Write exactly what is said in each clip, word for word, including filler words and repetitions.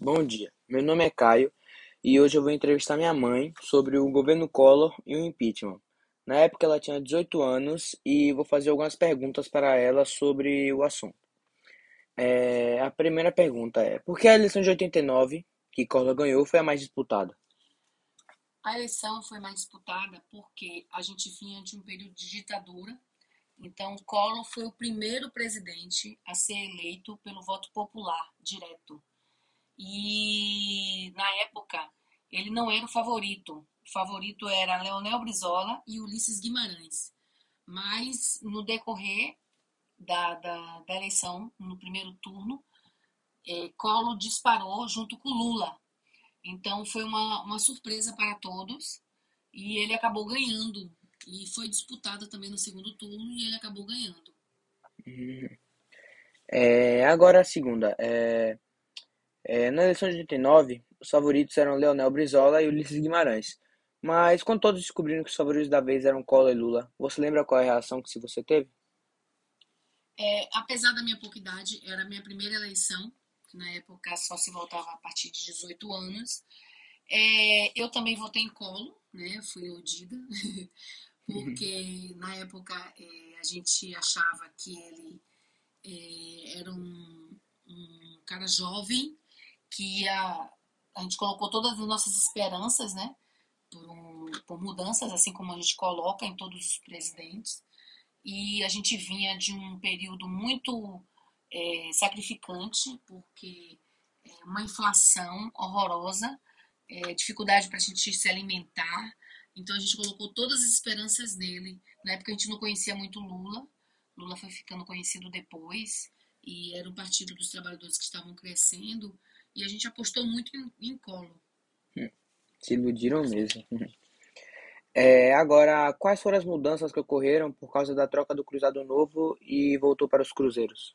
Bom dia, meu nome é Caio e hoje eu vou entrevistar minha mãe sobre o governo Collor e o impeachment. Na época ela tinha dezoito anos e vou fazer algumas perguntas para ela sobre o assunto. É, a primeira pergunta é: por que a eleição de oitenta e nove, que Collor ganhou, foi a mais disputada? A eleição foi mais disputada porque a gente vinha de um período de ditadura. Então, Collor foi o primeiro presidente a ser eleito pelo voto popular direto. E, na época, ele não era o favorito. O favorito era Leonel Brizola e Ulisses Guimarães. Mas, no decorrer da, da, da eleição, no primeiro turno, eh, Collor disparou junto com Lula. Então foi uma, uma surpresa para todos e ele acabou ganhando. E foi disputada também no segundo turno e ele acabou ganhando. É, agora a segunda. É, é, na eleição de oitenta e nove, os favoritos eram Leonel Brizola e Ulisses Guimarães. Mas quando todos descobriram que os favoritos da vez eram Collor e Lula, você lembra qual é a reação que se você teve? É, apesar da minha pouca idade, era a minha primeira eleição, que na época só se votava a partir de dezoito anos. É, eu também votei em Collor, né? Fui iludida, porque na época é, a gente achava que ele é, era um, um cara jovem que ia. A gente colocou todas as nossas esperanças, né? Por, um, por mudanças, assim como a gente coloca em todos os presidentes. E a gente vinha de um período muito é, sacrificante, porque é, uma inflação horrorosa, é, dificuldade para a gente se alimentar. Então a gente colocou todas as esperanças nele. Na época a gente não conhecia muito Lula. Lula foi ficando conhecido depois e era o Partido dos Trabalhadores que estavam crescendo e a gente apostou muito em, em Collor. Se iludiram mesmo. É, agora, quais foram as mudanças que ocorreram por causa da troca do Cruzado Novo e voltou para os Cruzeiros?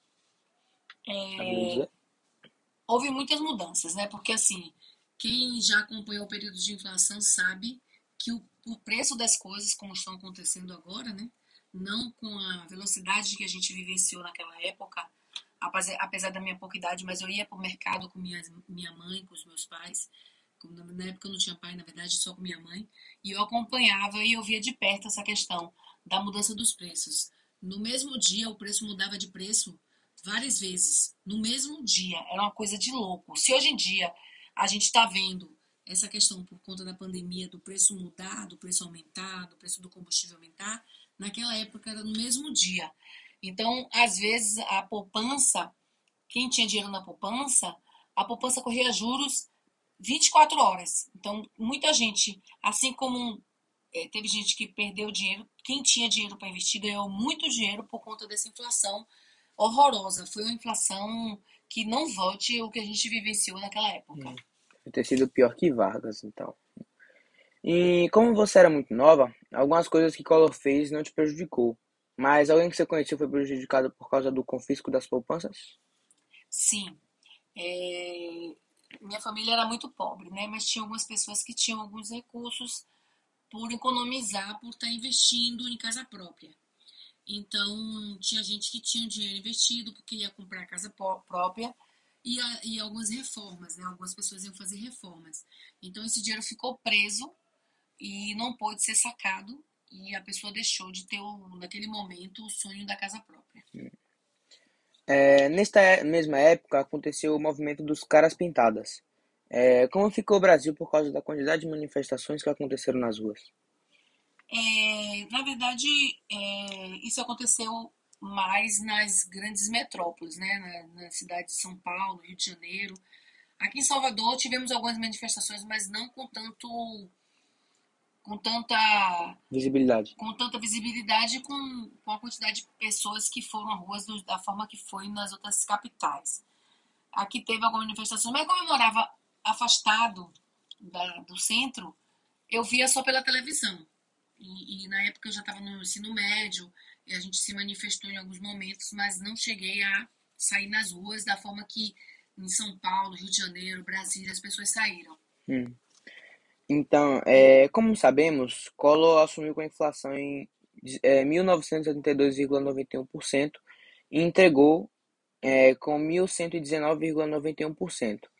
Sabe me É, dizer? houve muitas mudanças, né? Porque assim, quem já acompanhou o período de inflação sabe que o, o preço das coisas, como estão acontecendo agora, né? Não com a velocidade que a gente vivenciou naquela época, apesar, apesar da minha pouca idade, mas eu ia para o mercado com minha, minha mãe, com os meus pais. Na, na época eu não tinha pai, na verdade, só com minha mãe. E eu acompanhava e eu via de perto essa questão da mudança dos preços. No mesmo dia, o preço mudava de preço várias vezes, no mesmo dia. Era uma coisa de louco. Se hoje em dia a gente está vendo essa questão por conta da pandemia, do preço mudar, do preço aumentar, do preço do combustível aumentar, naquela época era no mesmo dia. Então, às vezes, a poupança, quem tinha dinheiro na poupança, a poupança corria juros vinte e quatro horas. Então, muita gente, assim como é, teve gente que perdeu dinheiro, quem tinha dinheiro para investir ganhou muito dinheiro por conta dessa inflação horrorosa. Foi uma inflação que não volte o que a gente vivenciou naquela época. Deve ter sido pior que Vargas, então. E como você era muito nova, algumas coisas que Collor fez não te prejudicou. Mas alguém que você conheceu foi prejudicado por causa do confisco das poupanças? Sim, é, minha família era muito pobre, né? Mas tinha algumas pessoas que tinham alguns recursos por economizar, por estar investindo em casa própria. Então, tinha gente que tinha dinheiro investido porque ia comprar casa própria e, a, e algumas reformas, né? Algumas pessoas iam fazer reformas. Então, esse dinheiro ficou preso e não pôde ser sacado e a pessoa deixou de ter, o, naquele momento, o sonho da casa própria. É, nesta é- mesma época aconteceu o movimento dos Caras Pintadas. É, como ficou o Brasil por causa da quantidade de manifestações que aconteceram nas ruas? É, na verdade, é, isso aconteceu mais nas grandes metrópoles, né? Na, na cidade de São Paulo, Rio de Janeiro. Aqui em Salvador tivemos algumas manifestações, mas não com tanto, com tanta, Visibilidade. com tanta visibilidade, com, com a quantidade de pessoas que foram às ruas do, da forma que foi nas outras capitais. Aqui teve alguma manifestação, mas como eu morava afastado da, do centro, eu via só pela televisão. E, e na época eu já estava no ensino médio e a gente se manifestou em alguns momentos, mas não cheguei a sair nas ruas da forma que em São Paulo, Rio de Janeiro, Brasília, as pessoas saíram. Hum. Então, é, como sabemos, Collor assumiu com a inflação em é, mil novecentos e setenta e dois vírgula noventa e um por cento e entregou é, com mil cento e dezenove vírgula noventa e um por cento.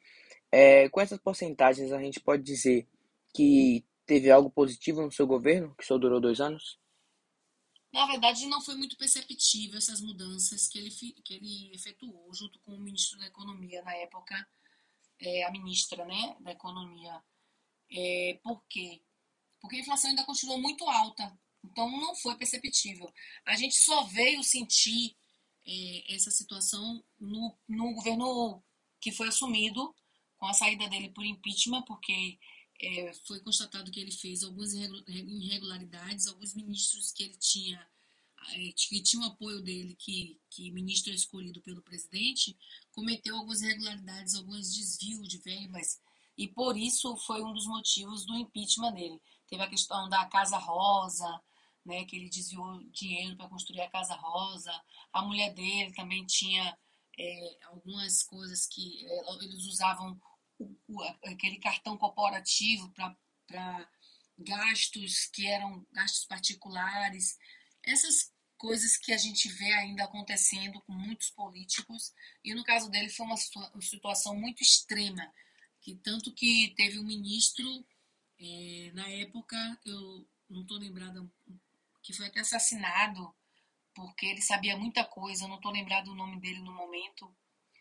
É, com essas porcentagens, a gente pode dizer que teve algo positivo no seu governo, que só durou dois anos? Na verdade, não foi muito perceptível essas mudanças que ele, que ele efetuou junto com o ministro da Economia na época, é, a ministra, né, da Economia. É, por quê? Porque a inflação ainda continuou muito alta, então não foi perceptível. A gente só veio sentir é, essa situação no, no governo que foi assumido com a saída dele por impeachment, porque é, foi constatado que ele fez algumas irregularidades, alguns ministros que ele tinha é, que tinha o apoio dele, que, que ministro é escolhido pelo presidente, cometeu algumas irregularidades, alguns desvios de verbas, e por isso foi um dos motivos do impeachment dele. Teve a questão da Casa Rosa, né, que ele desviou dinheiro para construir a Casa Rosa. A mulher dele também tinha é, algumas coisas que é, eles usavam o, o, aquele cartão corporativo para gastos que eram gastos particulares. Essas coisas que a gente vê ainda acontecendo com muitos políticos, e no caso dele foi uma situação muito extrema, que tanto que teve um ministro, é, na época, eu não estou lembrada, que foi até assassinado, porque ele sabia muita coisa, eu não estou lembrada do nome dele no momento,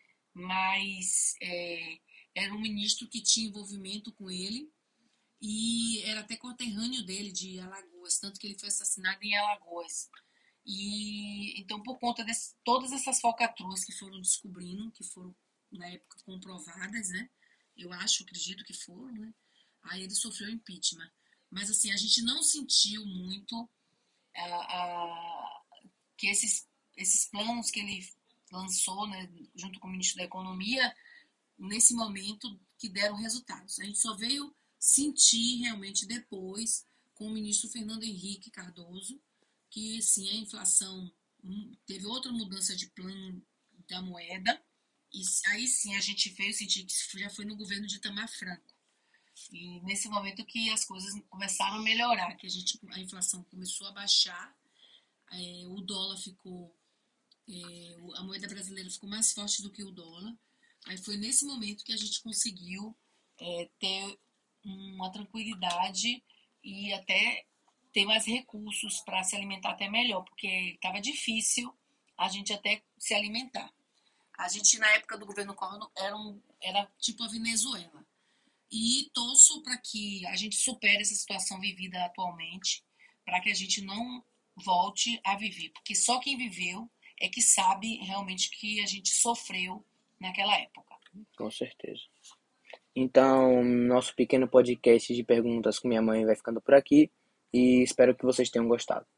mas é, era um ministro que tinha envolvimento com ele, e era até conterrâneo dele de Alagoas, tanto que ele foi assassinado em Alagoas. E então, por conta de todas essas falcatruas que foram descobrindo, que foram na época comprovadas, né? Eu acho, acredito que foram, né? Aí ele sofreu impeachment. Mas assim, a gente não sentiu muito a, a, que esses, esses planos que ele lançou, né, junto com o ministro da Economia, nesse momento que deram resultados. A gente só veio sentir realmente depois com o ministro Fernando Henrique Cardoso, que sim, a inflação hum, teve outra mudança de plano da moeda, e aí sim a gente veio sentir que já foi no governo de Itamar Franco. E nesse momento que as coisas começaram a melhorar, que a, gente, a inflação começou a baixar, é, o dólar ficou, é, a moeda brasileira ficou mais forte do que o dólar. Aí foi nesse momento que a gente conseguiu é, ter uma tranquilidade e até ter mais recursos para se alimentar até melhor, porque estava difícil a gente até se alimentar. A gente, na época do governo Collor, era, um, era tipo a Venezuela. E torço para que a gente supere essa situação vivida atualmente, para que a gente não volte a viver, porque só quem viveu é que sabe realmente que a gente sofreu naquela época. Com certeza. Então, nosso pequeno podcast de perguntas com minha mãe vai ficando por aqui e espero que vocês tenham gostado.